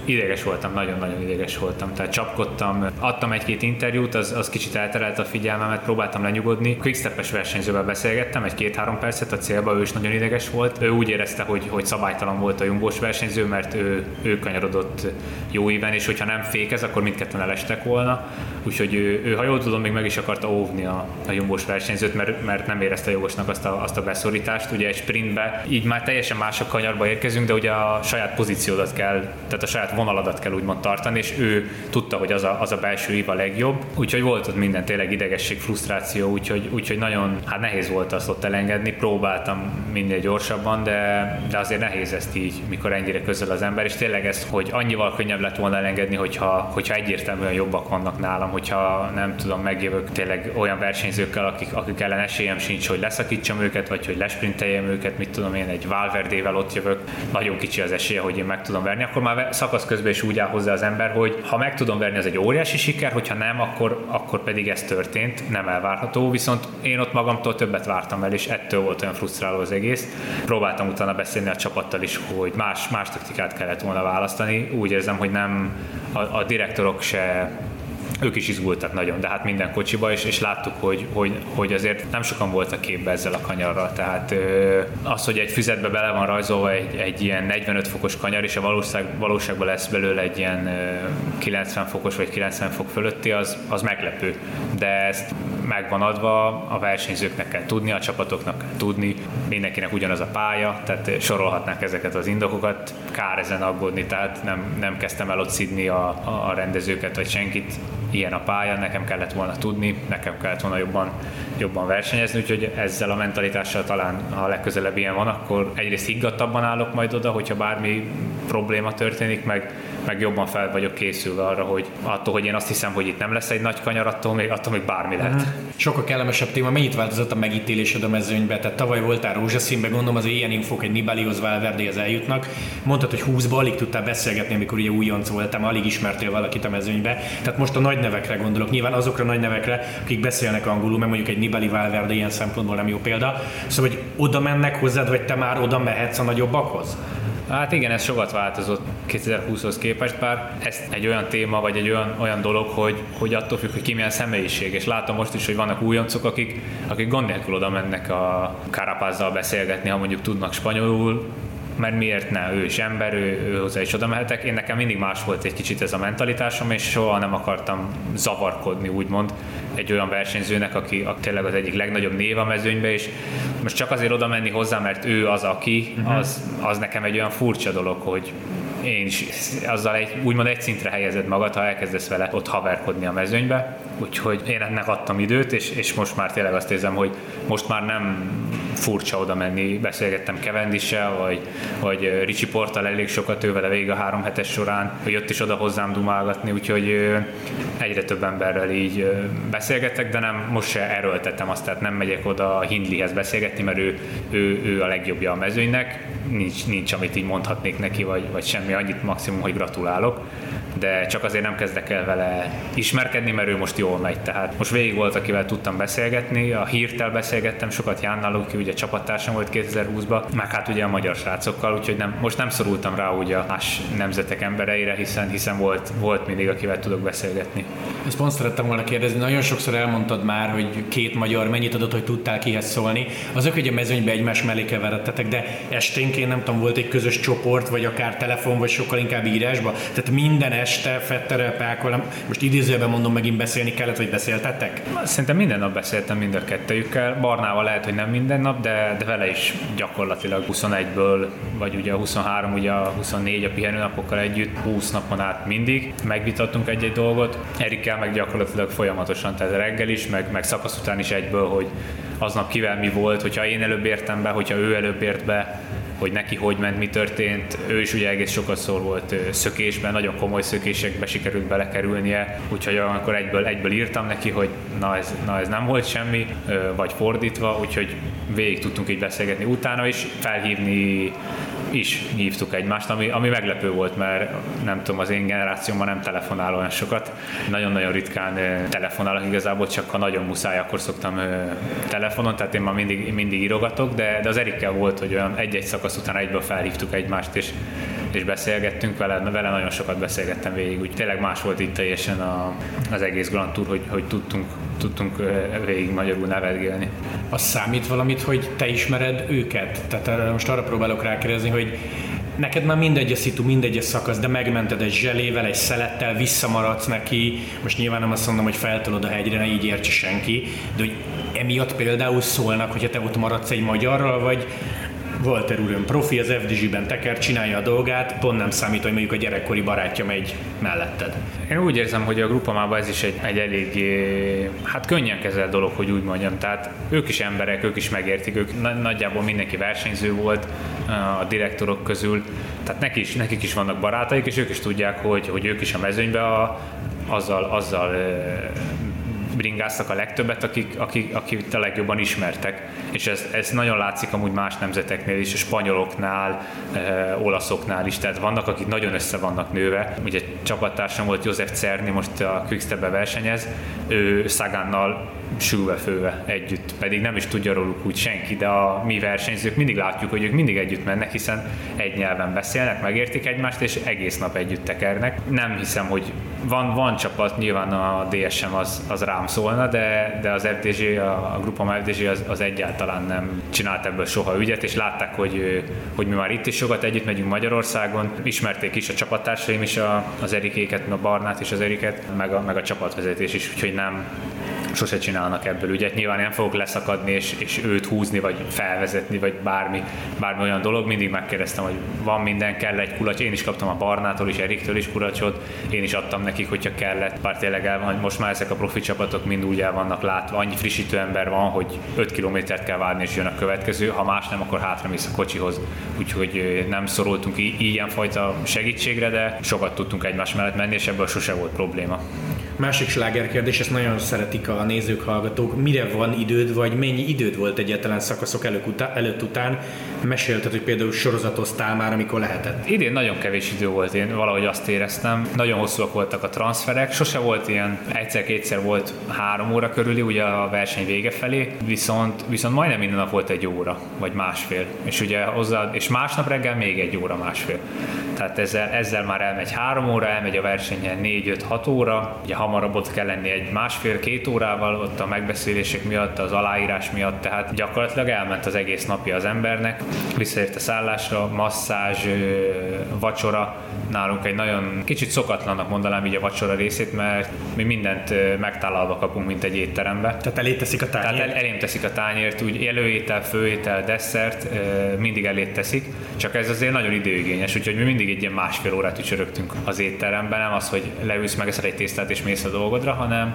Speaker 2: ideges voltam, nagyon-nagyon ideges voltam, tehát csapkodtam, adtam egy-két interjút, az kicsit elterelte a figyelmemet, próbáltam lenyugodni. Quickstep-es versenyzővel beszélgettem egy 2-3 percet a célba, ő is nagyon ideges volt. Ő úgy érezte, hogy szabálytalan volt a jumbós versenyző, mert ő kanyarodott jó íven, és hogyha nem fékez, akkor mindketten elestek volna. Úgyhogy ő, ha jól tudom, még meg is akarta óvni a jumbós versenyzőt, mert nem érezte jogosnak azt a beszorítást. Ugye egy sprintbe így már teljesen más a kanyarba érkezünk, de ugye a saját pozíciódat kell, tehát a saját vonaladat kell úgymond tartani, és ő tudta, hogy az a belső ív a legjobb. Úgyhogy volt ott minden, tényleg idegesség, frusztráció, úgyhogy nagyon nehéz volt azt ott elengedni. Próbáltam minél gyorsabban, de azért nehéz ezt így, mikor ennyire közel az ember, és tényleg ez, hogy annyival könnyebb lett volna elengedni, hogyha egyértelműen jobbak vannak nálam, hogyha nem tudom, megjövök tényleg olyan versenyzőkkel, akik ellen esélyem sincs, hogy leszakítsam őket, vagy hogy lesprinteljem őket, mit tudom én, egy Valverdével ott jövök, nagyon kicsi az esélye, hogy én meg tudom verni, akkor már szakasz közben is úgy áll hozzá az ember, hogy ha meg tudom verni, az egy óriási siker, hogyha nem, akkor pedig ez történt, nem elvárható, viszont én ott magamtól többet vártam el, és ettől volt olyan frusztráló az egész. Próbáltam utána beszélni a csapattal is, hogy más taktikát kellett volna választani. Úgy érzem, hogy nem a direktorok se, ők is izgultak nagyon, de hát minden kocsiba, és láttuk, hogy azért nem sokan voltak képbe ezzel a kanyarral, tehát az, hogy egy füzetbe bele van rajzolva egy ilyen 45 fokos kanyar, és a valóságban lesz belőle egy ilyen 90 fokos vagy 90 fok fölötti, az meglepő, de ezt meg van adva, a versenyzőknek kell tudni, a csapatoknak kell tudni, mindenkinek ugyanaz a pálya, tehát sorolhatnák ezeket az indokokat, kár ezen aggódni, tehát nem kezdtem el ott szidni a rendezőket vagy senkit, ilyen a pálya, nekem kellett volna tudni, nekem kellett volna jobban versenyezni, úgyhogy ezzel a mentalitással talán, ha legközelebb ilyen van, akkor egyrészt higgadtabban állok majd oda, hogyha bármi probléma történik, meg jobban fel vagyok készülve arra, hogy attól, hogy én azt hiszem, hogy itt nem lesz egy nagy kanyar, attól még bármi lehet.
Speaker 1: Sokkal kellemesebb téma. Mennyit változott a megítélésed a mezőnybe? Tehát tavaly voltál rózsaszínben, gondolom az ilyen infók egy Nibalihoz, Valverdéhez eljutnak. Mondtad, hogy 20-ba alig tudtál beszélgetni, amikor ugye újonc voltam, alig ismertél valakit a mezőnybe. Tehát most a nagy nevekre gondolok, nyilván azokra a nagy nevekre, akik beszélnek angolul, mert mondjuk egy Nibali, Valverde ilyen szempontból nem jó példa. Szóval, hogy oda mennek hozzád, vagy te már oda mehetsz a nagyobbakhoz?
Speaker 2: Hát igen, ez sokat változott 2020-hoz képest, bár ez egy olyan téma, vagy egy olyan dolog, hogy attól függ, hogy ki milyen személyiség, és látom most is, hogy vannak újoncok, akik gond nélkül oda mennek a Carapázzal beszélgetni, ha mondjuk tudnak spanyolul, mert miért ne, ő is ember, ő hozzá is oda mehetek. Én nekem mindig más volt egy kicsit ez a mentalitásom, és soha nem akartam zavarkodni, úgymond, egy olyan versenyzőnek, aki tényleg az egyik legnagyobb név a mezőnybe, és most csak azért oda menni hozzá, mert ő az, aki, az nekem egy olyan furcsa dolog, hogy én is azzal úgymond egy szintre helyezed magad, ha elkezdesz vele ott haverkodni a mezőnybe. Úgyhogy én ennek adtam időt, és most már tényleg azt érzem, hogy most már nem furcsa oda menni. Beszélgettem Cavendissel, vagy Richie Porttal elég sokat, ő vele végig a 3 hetes során, hogy jött is oda hozzám dumálgatni, úgyhogy egyre több emberrel így beszélgetek, de most se erőltetem azt, tehát nem megyek oda Hindleyhez beszélgetni, mert ő a legjobbja a mezőnynek, nincs amit így mondhatnék neki, vagy semmi, annyit maximum, hogy gratulálok, de csak azért nem kezdek el vele ismerkedni, mert ő most jól megy, tehát most végig volt, akivel tudtam beszélgetni, a Hírtel beszélgettem sokat, Jánnal, aki ugye csapattársam volt 2020-ban, meg hát ugye a magyar srácokkal, úgyhogy most nem szorultam rá ugye a más nemzetek embereire, hiszen volt mindig, akivel tudok beszélgetni.
Speaker 1: Ezt pont szerettem volna kérdezni, nagyon sokszor elmondtad már, hogy 2 magyar mennyit adott, hogy tudtál kihez szólni. Azok, hogy a mezőnybe egymás mellé keveredtetek, de esténként nem tudom, volt egy közös csoport, vagy akár telefon, vagy sokkal inkább írásba. Tehát minden este Fetterrel, Pákkal, most idézőben mondom, megint beszélni kellett, vagy beszéltettek?
Speaker 2: Szerintem minden nap beszéltem mind a kettejükkel. Barnával lehet, hogy nem minden nap, de vele is gyakorlatilag 21-ből, vagy ugye a 23, ugye a 24 a pihenőnapokkal együtt, 20 napon át mindig megvitattunk egy-egy dolgot. Erikkel meg gyakorlatilag folyamatosan, tehát reggel is, meg szakasz után is egyből, hogy aznap kivel mi volt, hogyha én előbb értem be, hogyha ő előbb ért be, hogy neki hogy ment, mi történt. Ő is ugye egész sokszor volt szökésben, nagyon komoly szökésekbe sikerült belekerülnie, úgyhogy akkor egyből írtam neki, hogy na ez nem volt semmi, vagy fordítva, úgyhogy végig tudtunk így beszélgetni. Utána is felhívni is hívtuk egymást, ami meglepő volt, mert nem tudom, az én generációmban nem telefonál olyan sokat. Nagyon-nagyon ritkán telefonálok, igazából csak ha nagyon muszáj, akkor szoktam telefonon, tehát én már mindig írogatok, de az Erikkel volt, hogy olyan egy-egy szakasz után egyből felhívtuk egymást, és beszélgettünk vele nagyon sokat beszélgettem végig, úgy tényleg más volt itt teljesen az egész Grand Tour, hogy tudtunk végig magyarul nevetgélni.
Speaker 1: Az számít valamit, hogy te ismered őket? Tehát most arra próbálok rákérdezni, hogy neked már mindegy a szitu, mindegy a szakasz, de megmented egy zselével, egy szelettel, visszamaradsz neki, most nyilván nem azt mondom, hogy feltolod a hegyre, ne így értse senki, de hogy emiatt például szólnak, hogyha te ott maradsz egy magyarral, vagy Walter úrön profi, az FDZ-ben teker, csinálja a dolgát, pont nem számít, hogy mondjuk a gyerekkori barátja megy melletted.
Speaker 2: Én úgy érzem, hogy a Groupamában ez is egy elég könnyen kezelt dolog, hogy úgy mondjam. Tehát ők is emberek, ők is megértik, ők nagyjából mindenki versenyző volt a direktorok közül, tehát nekik is vannak barátaik, és ők is tudják, hogy ők is a mezőnyben azzal bringáztak a legtöbbet, akik a legjobban ismertek. És ez nagyon látszik amúgy más nemzeteknél is, a spanyoloknál, olaszoknál is, tehát vannak, akik nagyon össze vannak nőve. Ugye csapattársam volt József Czerny, most a Quickstepbe versenyez, ő Sagannal sülve-főve együtt, pedig nem is tudja róluk úgy senki, de a mi versenyzők mindig látjuk, hogy ők mindig együtt mennek, hiszen egy nyelven beszélnek, megértik egymást, és egész nap együtt tekernek. Nem hiszem, hogy van csapat, nyilván a DSM az rám szólna, de az FDZ, a Groupama FDZ az egyáltalán nem csinált ebből soha ügyet, és látták, hogy mi már itt is sokat együtt megyünk Magyarországon, ismerték is a csapattársaim is az Erikéket, a Barnát és az Eriket, meg a csapatvezetés is, úgyhogy nem sose csinálnak ebből ügyet. Nyilván nem fogok leszakadni és őt húzni, vagy felvezetni, vagy bármi olyan dolog. Mindig megkérdeztem, hogy van minden, kell egy kulacs. Én is kaptam a Barnától is, Eriktől is kulacsot. Én is adtam nekik, hogyha kellett. Bár tényleg el van, most már ezek a profi csapatok mind úgy el vannak látva. Annyi frissítő ember van, hogy 5 kilométert kell várni, és jön a következő. Ha más nem, akkor hátramész a kocsihoz. Úgyhogy nem szorultunk ilyenfajta segítségre, de sokat tudtunk egymás mellett menni, és ebből sose volt probléma.
Speaker 1: Másik slágerkérdés, ezt nagyon szeretik a nézők, hallgatók. Mire van időd, vagy mennyi időd volt egyáltalán szakaszok előtt-után? Mesélted, hogy például sorozatoztál már, amikor lehetett.
Speaker 2: Idén nagyon kevés idő volt, én valahogy azt éreztem. Nagyon hosszúak voltak a transferek, sose volt ilyen, egyszer-kétszer volt 3 óra körüli, ugye a verseny vége felé, viszont majdnem minden nap volt 1 óra, vagy másfél. És ugye és másnap reggel még 1 óra, másfél. Tehát ezzel már elmegy 3 óra, elmegy a versenyen 4-5-6 óra, ugye hamarabb ott kell lenni egy 1,5-2 órával ott a megbeszélések miatt, az aláírás miatt, tehát gyakorlatilag elment az egész napja az embernek. Visszaért a szállásra, masszázs, vacsora, nálunk egy nagyon kicsit szokatlannak mondanám így a vacsora részét, mert mi mindent megtálalva kapunk, mint egy étterembe.
Speaker 1: Tehát elé teszik a tányért? Tehát
Speaker 2: elém teszik a tányért, úgy előétel, főétel, desszert, mindig elé teszik, csak ez azért nagyon időigényes, úgyhogy mi mindig egy ilyen 1,5 órát ücsörögtünk az étteremben, nem az, hogy leülsz, megeszed egy tésztát és mész a dolgodra,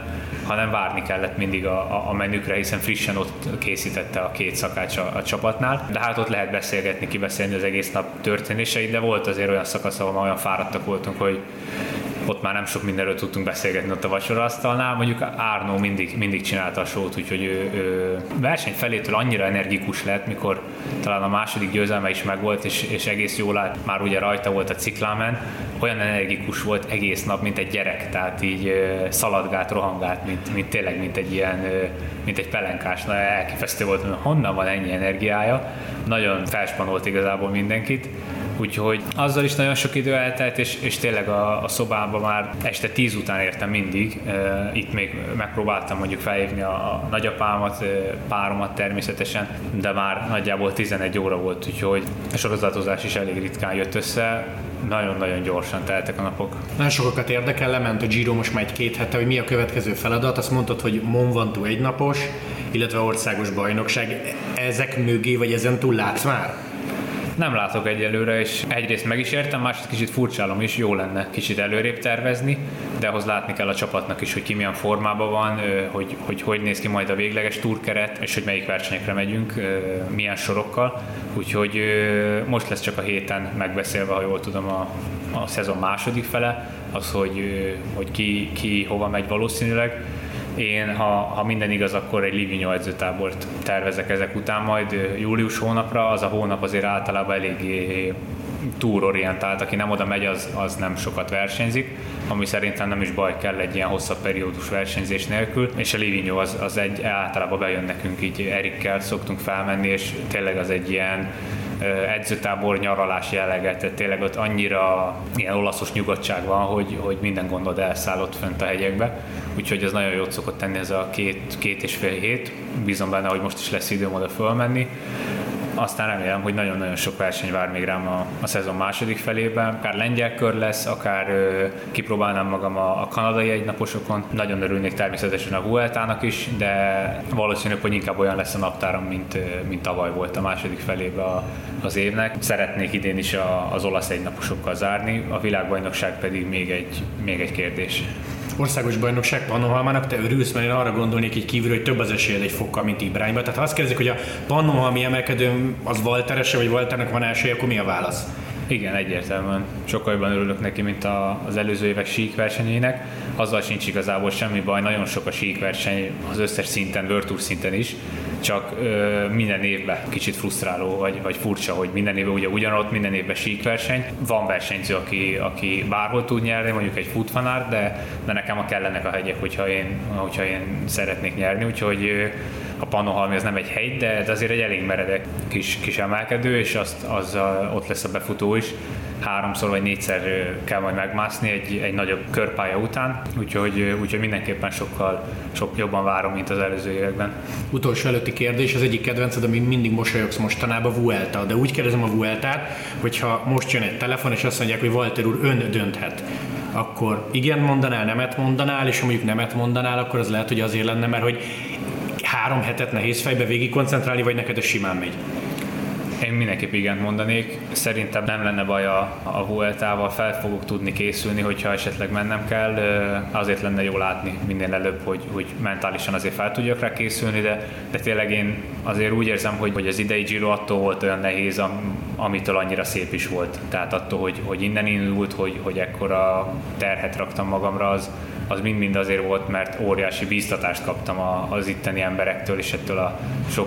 Speaker 2: hanem várni kellett mindig a menükre, hiszen frissen ott készítette a 2 szakács a csapatnál. De hát ott lehet beszélgetni, kibeszélni az egész nap történéseit, de volt azért olyan szakasz, ahol olyan fáradtak voltunk, hogy ott már nem sok mindenről tudtunk beszélgetni ott a vacsoraasztalnál. Mondjuk Arnaud mindig csinálta a sót, úgyhogy ő verseny felétől annyira energikus lett, mikor talán a második győzelme is megvolt, és egész jól állt, már ugye rajta volt a ciklámen, olyan energikus volt egész nap, mint egy gyerek, tehát így szaladgált, rohangált, mint egy pelenkás, elképesztő volt, hogy honnan van ennyi energiája, nagyon felspanolt igazából mindenkit. Úgyhogy azzal is nagyon sok idő eltelt, és tényleg a szobába már este 10 után értem mindig. Itt még megpróbáltam mondjuk felhívni a nagyapámat, páromat természetesen, de már nagyjából 11 óra volt, úgyhogy a sorozatozás is elég ritkán jött össze. Nagyon-nagyon gyorsan teltek a napok.
Speaker 1: Nagyon sokakat érdekel, lement a Giro most már 2 hete, hogy mi a következő feladat. Azt mondtad, hogy Mont Ventoux egynapos, illetve országos bajnokság. Ezek mögé, vagy ezen túl látsz már?
Speaker 2: Nem látok egyelőre, és egyrészt meg is értem, másrészt kicsit furcsálom is, jó lenne kicsit előrébb tervezni, de ahhoz látni kell a csapatnak is, hogy ki milyen formában van, hogy néz ki majd a végleges túrkeret, és hogy melyik versenyekre megyünk, milyen sorokkal. Úgyhogy most lesz csak a héten megbeszélve, ha jól tudom, a szezon második fele, az, hogy ki hova megy valószínűleg. Én, ha minden igaz, akkor egy Livigno edzőtábort tervezek ezek után, majd július hónapra. Az a hónap azért általában eléggé túrorientált, aki nem oda megy, az nem sokat versenyzik, ami szerintem nem is baj, kell egy ilyen hosszabb periódus versenyzés nélkül, és a Livigno az általában bejön nekünk, így Erikkel szoktunk felmenni, és tényleg az egy ilyen edzőtábor, nyaralás jelleget, tehát tényleg ott annyira ilyen olaszos nyugodtság van, hogy minden gondod elszállott fönt a hegyekbe, úgyhogy ez nagyon jót szokott tenni ez a két és fél hét, bízom benne, hogy most is lesz időm oda fölmenni. Aztán remélem, hogy nagyon-nagyon sok verseny vár még rám a szezon második felében, akár lengyel kör lesz, akár kipróbálnám magam a kanadai egynaposokon. Nagyon örülnék természetesen a Vueltának is, de valószínűleg, hogy inkább olyan lesz a naptáram, mint tavaly volt a második felében az évnek. Szeretnék idén is az olasz egynaposokkal zárni, a világbajnokság pedig még egy kérdés.
Speaker 1: Országos bajnokság Pannonhalmának, te örülsz, mert én arra gondolnék így kívül, hogy több az esélyed egy fokkal, mint Ibrányba. Tehát ha azt kérdezik, hogy a Pannonhalmi emelkedő az Walter-ese, vagy Walternek van esélye, akkor mi a válasz?
Speaker 2: Igen, egyértelműen. Sokkal jobban örülök neki, mint az előző évek síkversenyének. Azzal sincs igazából semmi baj, nagyon sok a síkverseny az összes szinten, World Tour szinten is, csak minden évben kicsit frusztráló, vagy furcsa, hogy minden évben ugyanott, minden évben síkverseny. Van versenyző, aki bárhol tud nyerni, mondjuk egy Wout van Aert, de nekem kellenek a hegyek, hogyha én szeretnék nyerni, úgyhogy a Pannonhalmi az nem egy hegy, de azért egy elég meredek kis emelkedő, és ott lesz a befutó is. 3-szor vagy 4-szer kell majd megmászni egy nagyobb körpálya után, úgyhogy mindenképpen sok jobban várom, mint az előző években.
Speaker 1: Utolsó előtti kérdés, az egyik kedvenced, ami mindig mosolyogsz mostanában, Vuelta. De úgy kérdezem a Vueltát, hogyha most jön egy telefon, és azt mondják, hogy Walter úr, ön dönthet, akkor igen mondanál, nemet mondanál, és ha mondjuk nemet mondanál, akkor az lehet, hogy azért lenne, mert hogy 3 hetet nehéz fejbe végig koncentrálni, vagy neked ez simán megy?
Speaker 2: Én mindenképp igent mondanék. Szerintem nem lenne baj a Vueltával, fel fogok tudni készülni, hogyha esetleg mennem kell. Azért lenne jó látni minél előbb, hogy mentálisan azért fel tudjak rá készülni, de tényleg én azért úgy érzem, hogy az idei Giro attól volt olyan nehéz, amitől annyira szép is volt. Tehát attól, hogy innen indult, hogy ekkora terhet raktam magamra, az mind-mind azért volt, mert óriási bíztatást kaptam az itteni emberektől, és ettől a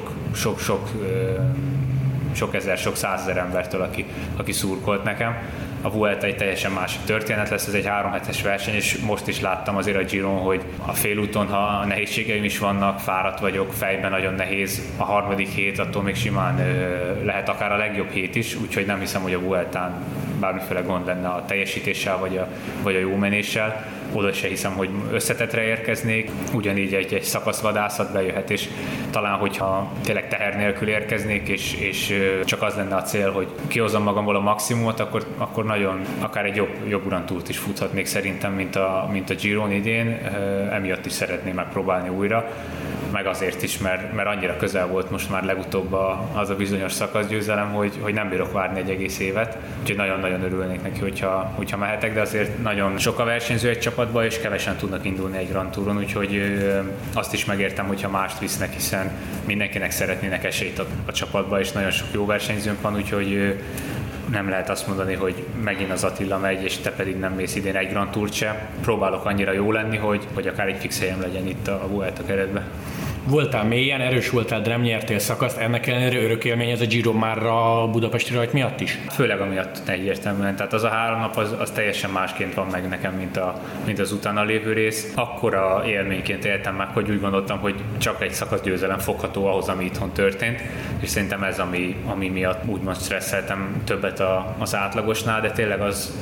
Speaker 2: sok ezer, sok százezer embertől, aki szurkolt nekem. A Vuelta egy teljesen másik történet lesz, ez egy 3 hetes verseny, és most is láttam azért a Giron, hogy a félúton, ha nehézségeim is vannak, fáradt vagyok, fejben nagyon nehéz, a harmadik hét attól még simán lehet akár a legjobb hét is, úgyhogy nem hiszem, hogy a Vueltán bármiféle gond lenne a teljesítéssel vagy a jó menéssel. Oda se hiszem, hogy összetetre érkeznék, ugyanígy egy szakaszvadászat bejöhet, és talán, hogyha tényleg teher nélkül érkeznék, és csak az lenne a cél, hogy kihozom magamból a maximumot, akkor nagyon, akár egy jobb Grand Tourt is futhatnék szerintem, mint a Giron idén, emiatt is szeretném megpróbálni újra, meg azért is, mert annyira közel volt most már legutóbb az a bizonyos szakaszgyőzelem, hogy nem bírok várni egy egész évet, úgyhogy nagyon-nagyon örülnék neki, hogyha mehetek, de azért nagyon sok a versenyző egy csapatban, és kevesen tudnak indulni egy Grand Touron, úgyhogy azt is megértem, hogyha mást visznek, hiszen mindenkinek szeretnének esélyt a csapatba, és nagyon sok jó versenyzőnk van, úgyhogy nem lehet azt mondani, hogy megint az Attila megy, és te pedig nem mész idén egy Grand Tourt se. Próbálok annyira jó lenni, hogy akár egy fix helyem legyen itt a Vuelta keretben.
Speaker 1: Voltál mélyen, erős voltál, de nem nyertél szakaszt, ennek ellenére örök élmény ez a Giro már a budapesti rajt miatt is?
Speaker 2: Főleg amiatt egyértelműen, tehát az a 3 nap az teljesen másként van meg nekem, mint az utána lévő rész. Akkora élményként éltem meg, hogy úgy gondoltam, hogy csak egy szakaszgyőzelem fogható ahhoz, ami itthon történt, és szerintem ez, ami miatt úgymond stresszeltem többet az átlagosnál, de tényleg az,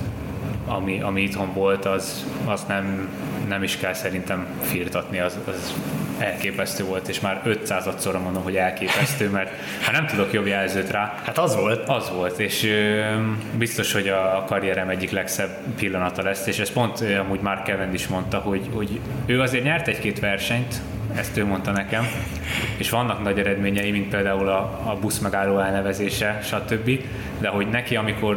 Speaker 2: ami itthon volt, az nem is kell szerintem firtatni, az elképesztő volt, és már 500-szorra mondom, hogy elképesztő, mert hát nem tudok jobb jelzőt rá.
Speaker 1: Hát az volt.
Speaker 2: Az volt, és biztos, hogy a karrierem egyik legszebb pillanata lesz, és ezt pont amúgy Mark Cavendish mondta, hogy ő azért nyert 1-2 versenyt, ezt ő mondta nekem, és vannak nagy eredményei, mint például a buszmegálló elnevezése, stb. De hogy neki, amikor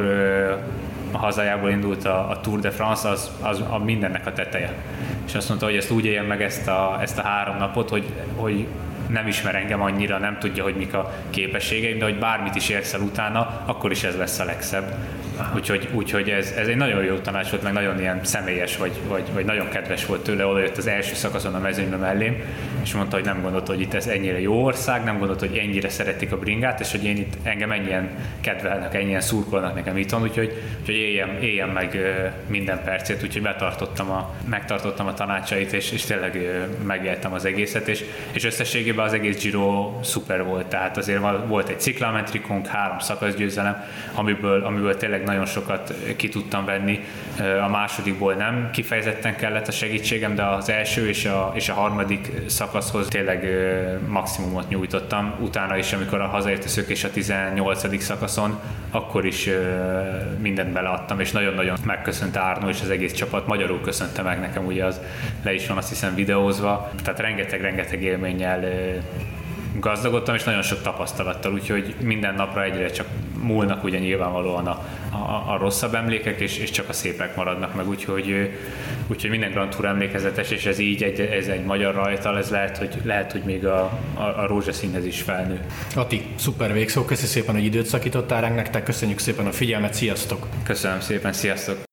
Speaker 2: a hazájából indult a Tour de France, az a mindennek a teteje. És azt mondta, hogy ezt úgy éljen meg ezt a 3 napot, hogy nem ismer engem annyira, nem tudja, hogy mik a képességeim, de hogy bármit is érsz el utána, akkor is ez lesz a legszebb. Úgyhogy ez egy nagyon jó tanács volt, meg nagyon ilyen személyes, vagy nagyon kedves volt tőle, oda jött az első szakaszon a mezőnybe mellém, és mondta, hogy nem gondolta, hogy itt ez ennyire jó ország, nem gondolta, hogy ennyire szeretik a bringát, és hogy én itt engem ennyien kedvelnek, ennyien szurkolnak nekem itthon, úgyhogy éljem meg minden percét, úgyhogy megtartottam a tanácsait, és tényleg megéltem az egészet, és összességében az egész Giro szuper volt, tehát azért volt egy ciklametrikunk, 3 szakaszgyőzelem, amiből tényleg nagyon sokat ki tudtam venni. A másodikból nem kifejezetten kellett a segítségem, de az első és a harmadik szakaszhoz tényleg maximumot nyújtottam. Utána is, amikor a hazaért a szökés a 18. szakaszon, akkor is mindent beleadtam, és nagyon-nagyon megköszönte Árnó és az egész csapat. Magyarul köszönte meg nekem, ugye az le is van azt hiszem videózva. Tehát rengeteg élménnyel gazdagodtam, és nagyon sok tapasztalattal, úgyhogy minden napra egyre csak múlnak ugye nyilvánvalóan a rosszabb emlékek, és csak a szépek maradnak meg, úgyhogy minden Grand Tour emlékezetes, és ez így ez egy magyar rajtal, ez lehet, hogy még a rózsaszínhez is felnő.
Speaker 1: Ati, szuper végszó, köszi szépen, hogy időt szakítottál ránk, nektek köszönjük szépen a figyelmet, sziasztok!
Speaker 2: Köszönöm szépen, sziasztok!